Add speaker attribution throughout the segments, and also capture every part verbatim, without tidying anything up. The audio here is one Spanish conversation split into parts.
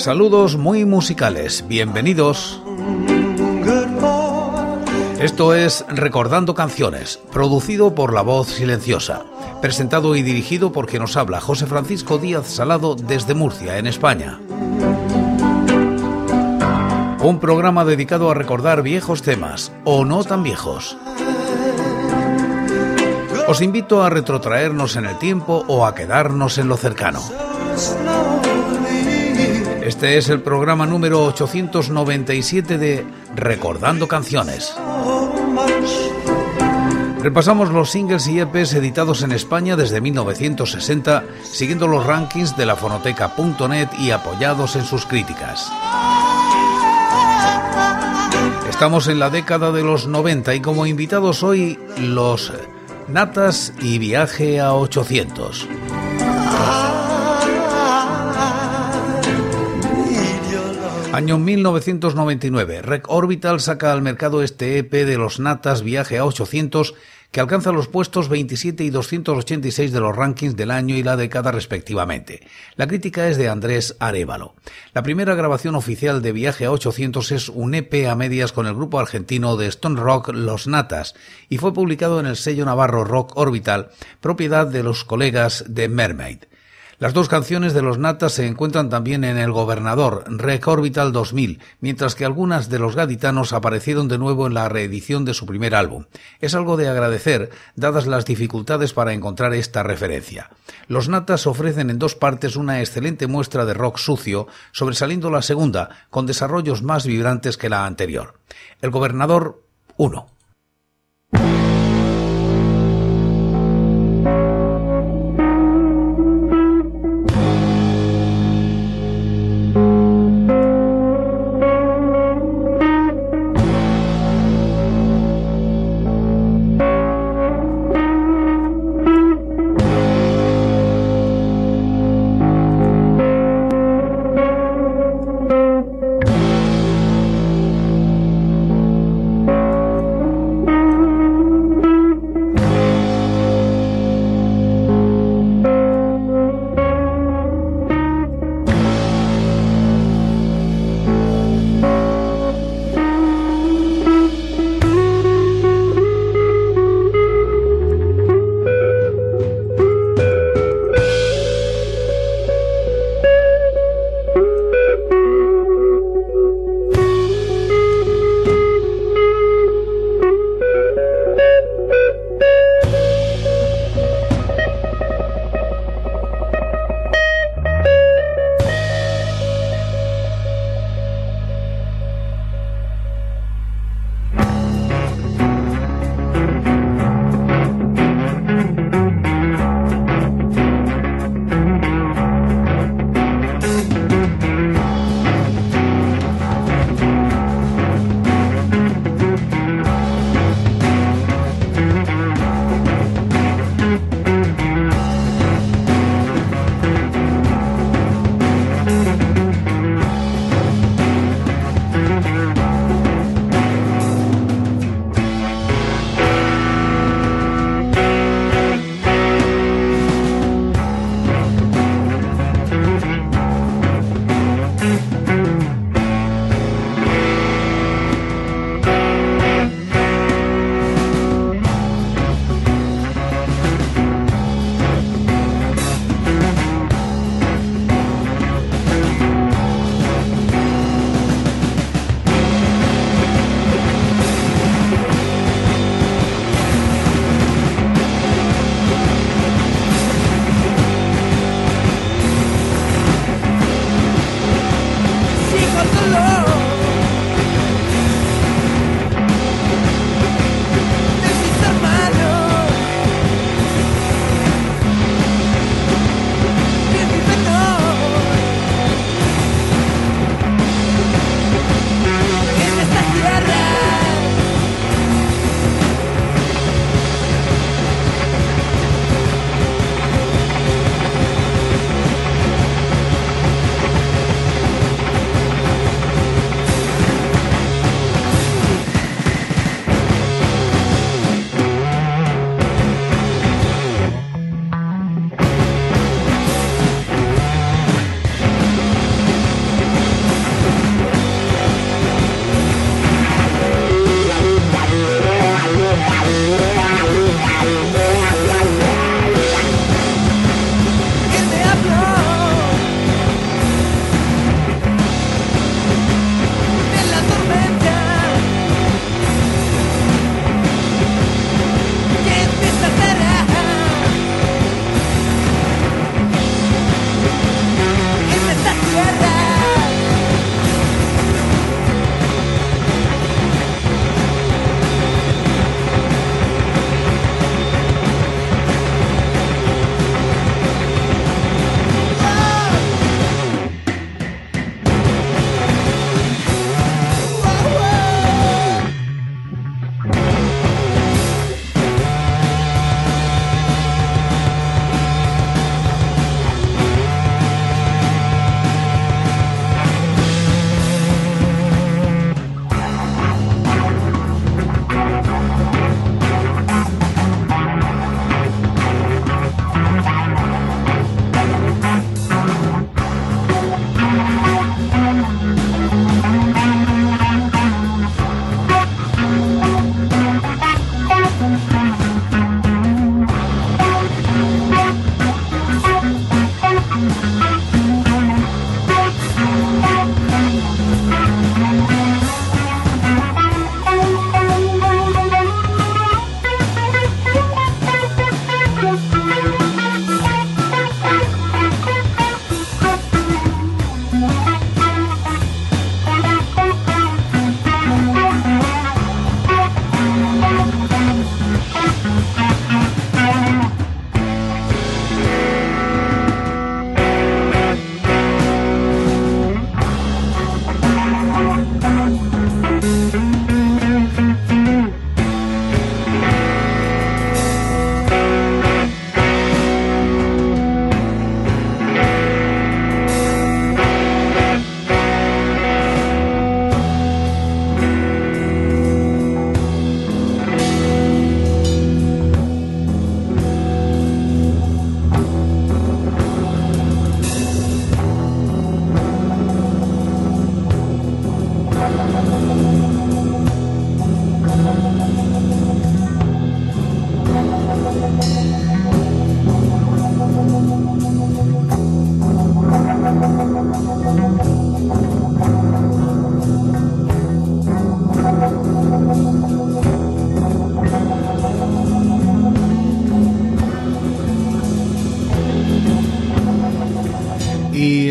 Speaker 1: Saludos muy musicales, bienvenidos. Esto es Recordando Canciones, producido por La Voz Silenciosa, presentado y dirigido por quien nos habla, José Francisco Díaz Salado, desde Murcia, en España. Un programa dedicado a recordar viejos temas, o no tan viejos. Os invito a retrotraernos en el tiempo o a quedarnos en lo cercano. Este es el programa número ochocientos noventa y siete de Recordando Canciones. Repasamos los singles y E Pes editados en España desde mil novecientos sesenta, siguiendo los rankings de la fonoteca punto net y apoyados en sus críticas. Estamos en la década de los noventa y como invitados hoy los Natas y Viaje a ochocientos. Año mil novecientos noventa y nueve. Rec Orbital saca al mercado este E P de los Natas Viaje a ochocientos, que alcanza los puestos veintisiete y doscientos ochenta y seis de los rankings del año y la década respectivamente. La crítica es de Andrés Arévalo. La primera grabación oficial de Viaje a ochocientos es un E P a medias con el grupo argentino de Stone Rock Los Natas y fue publicado en el sello navarro Rock Orbital, propiedad de los colegas de Mermaid. Las dos canciones de los Natas se encuentran también en El Gobernador, Rec Orbital dos mil, mientras que algunas de los gaditanos aparecieron de nuevo en la reedición de su primer álbum. Es algo de agradecer, dadas las dificultades para encontrar esta referencia. Los Natas ofrecen en dos partes una excelente muestra de rock sucio, sobresaliendo la segunda, con desarrollos más vibrantes que la anterior. El Gobernador uno.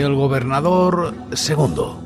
Speaker 1: el gobernador segundo.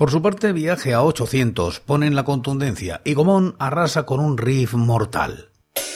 Speaker 1: Por su parte, Viaje a ochocientos pone en la contundencia y Gomón arrasa con un riff mortal.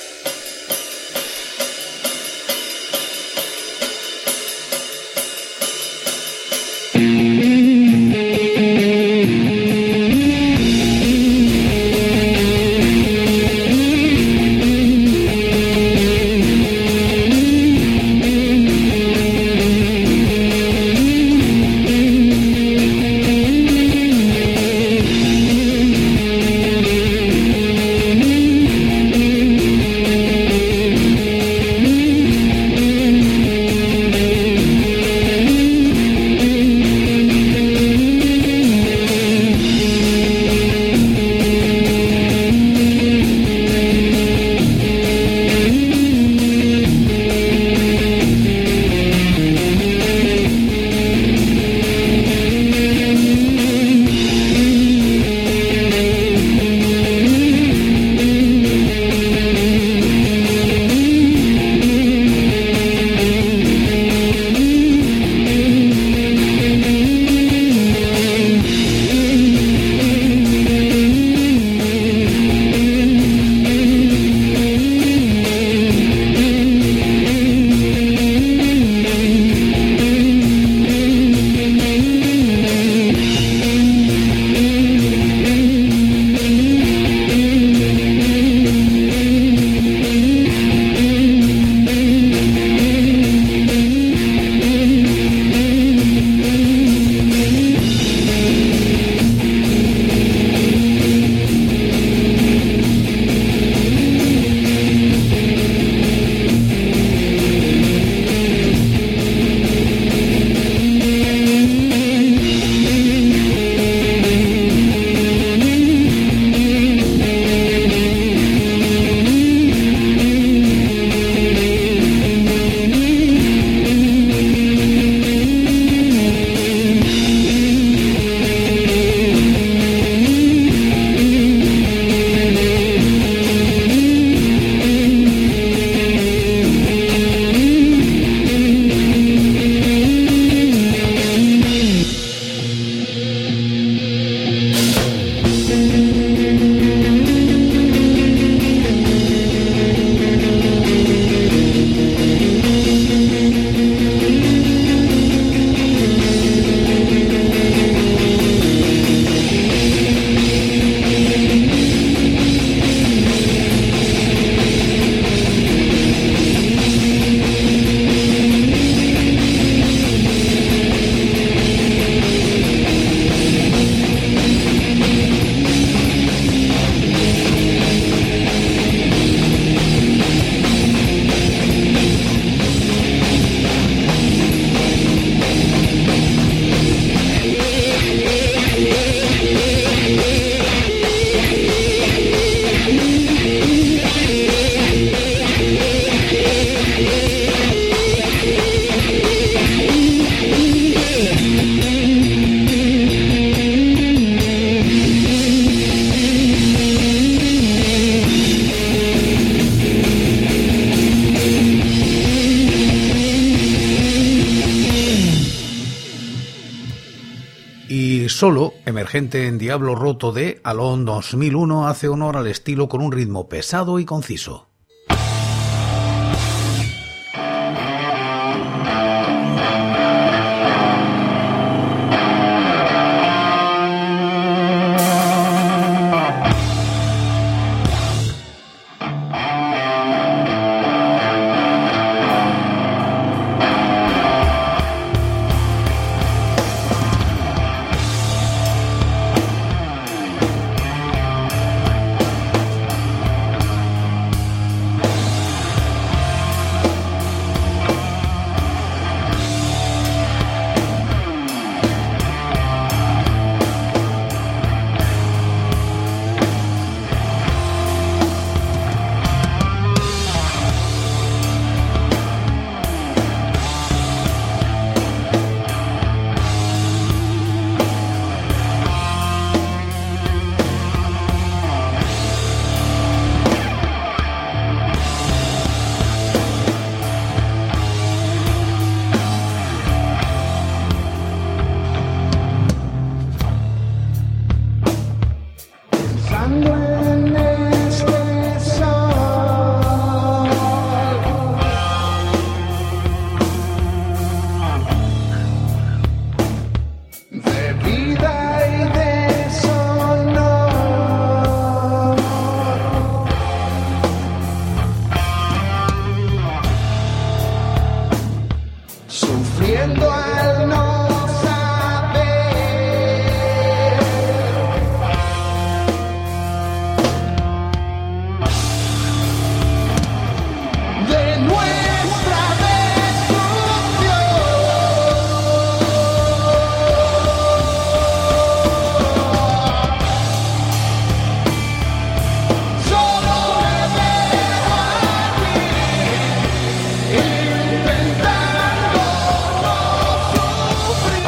Speaker 1: Solo, emergente en Diablo Roto de Alone dos mil uno, hace honor al estilo con un ritmo pesado y conciso.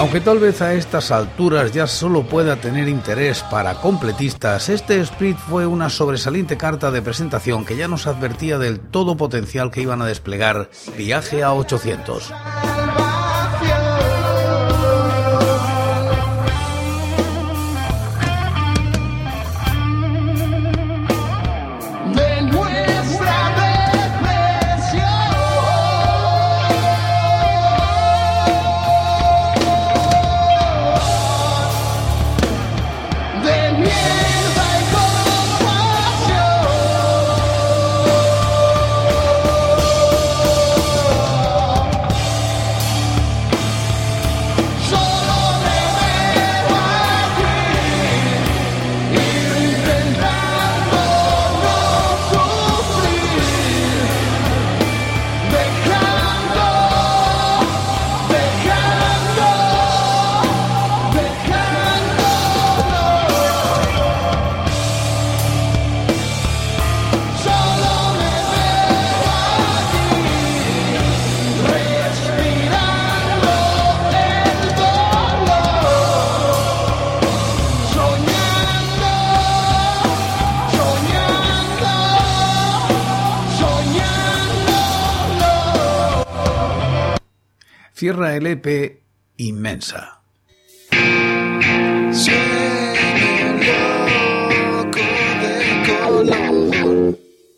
Speaker 1: Aunque tal vez a estas alturas ya solo pueda tener interés para completistas, este Sprit fue una sobresaliente carta de presentación que ya nos advertía del todo potencial que iban a desplegar Viaje a ochocientos. Cierra el E P Inmensa.
Speaker 2: Loco de color.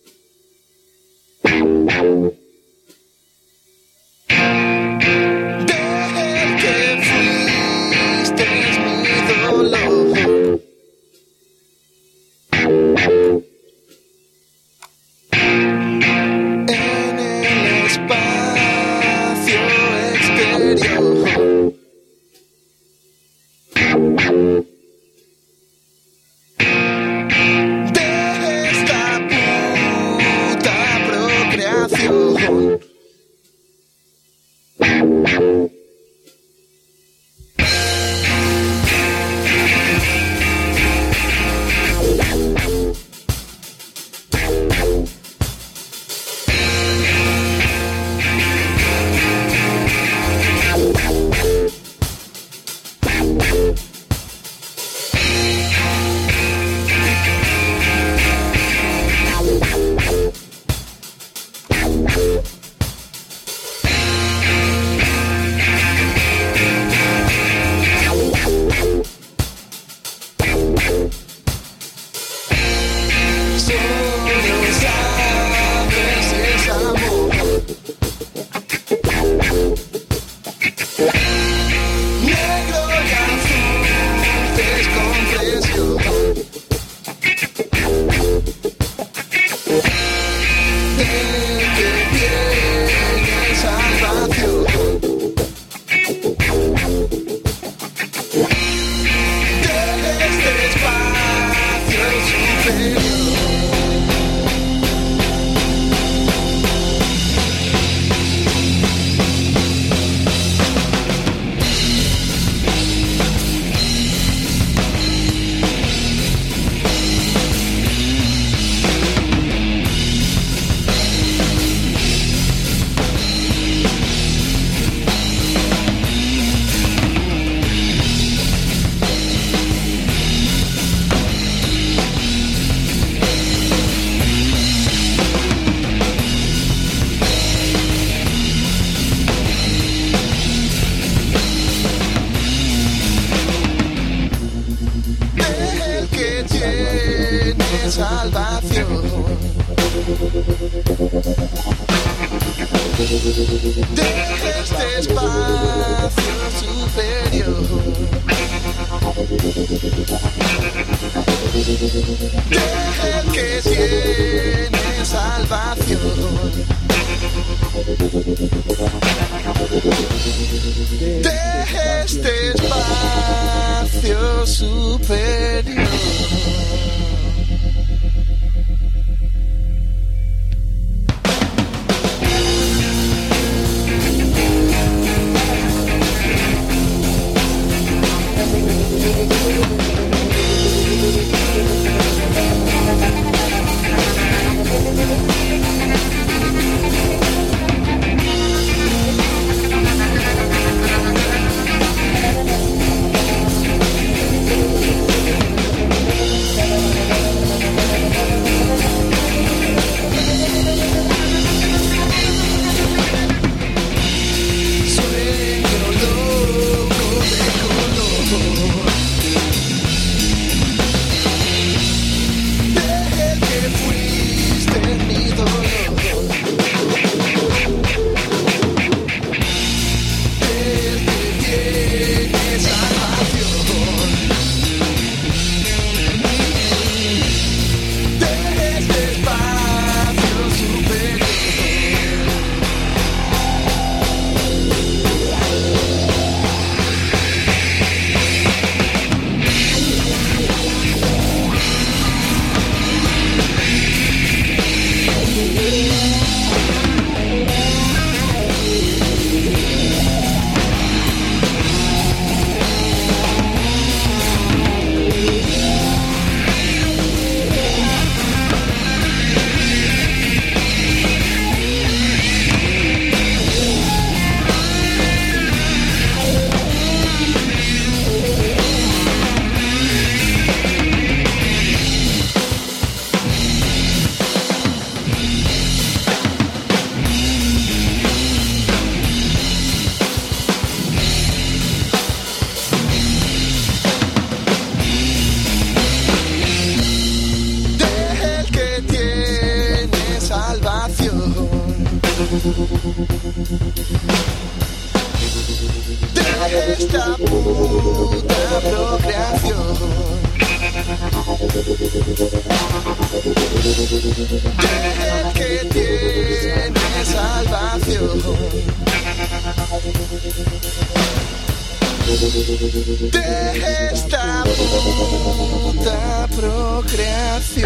Speaker 2: Del que fuiste es mi dolor. En el espacio exterior. De esta puta procreación. Salvación de este espacio superior, del que tiene salvación, de este espacio superior. de esta puta procreación, del que tiene salvación, de esta puta procreación.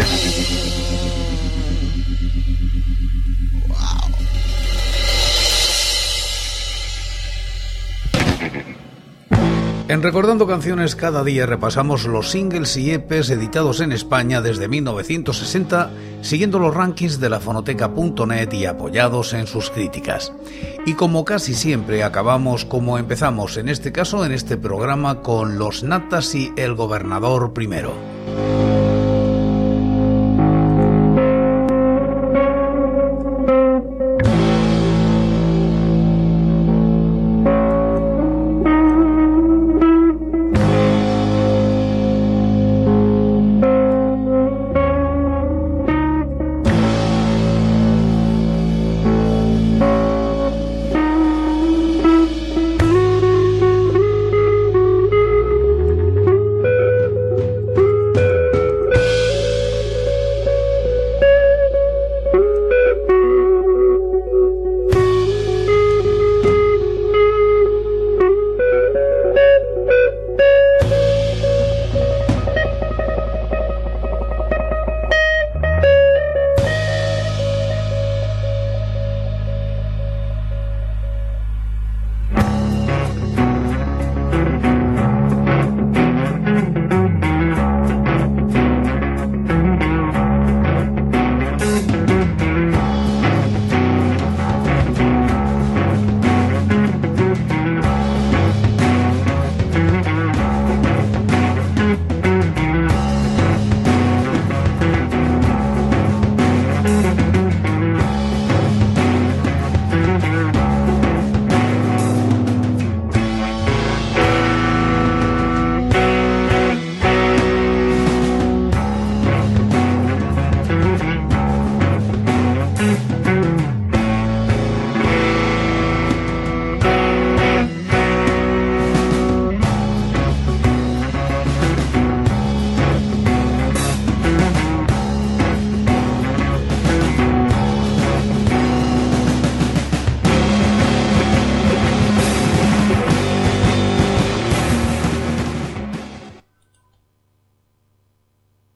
Speaker 1: En Recordando Canciones cada día repasamos los singles y E Pes editados en España desde mil novecientos sesenta, siguiendo los rankings de la fonoteca punto net y apoyados en sus críticas. Y como casi siempre acabamos como empezamos, en este caso en este programa, con Los Natas y El Gobernador Primero.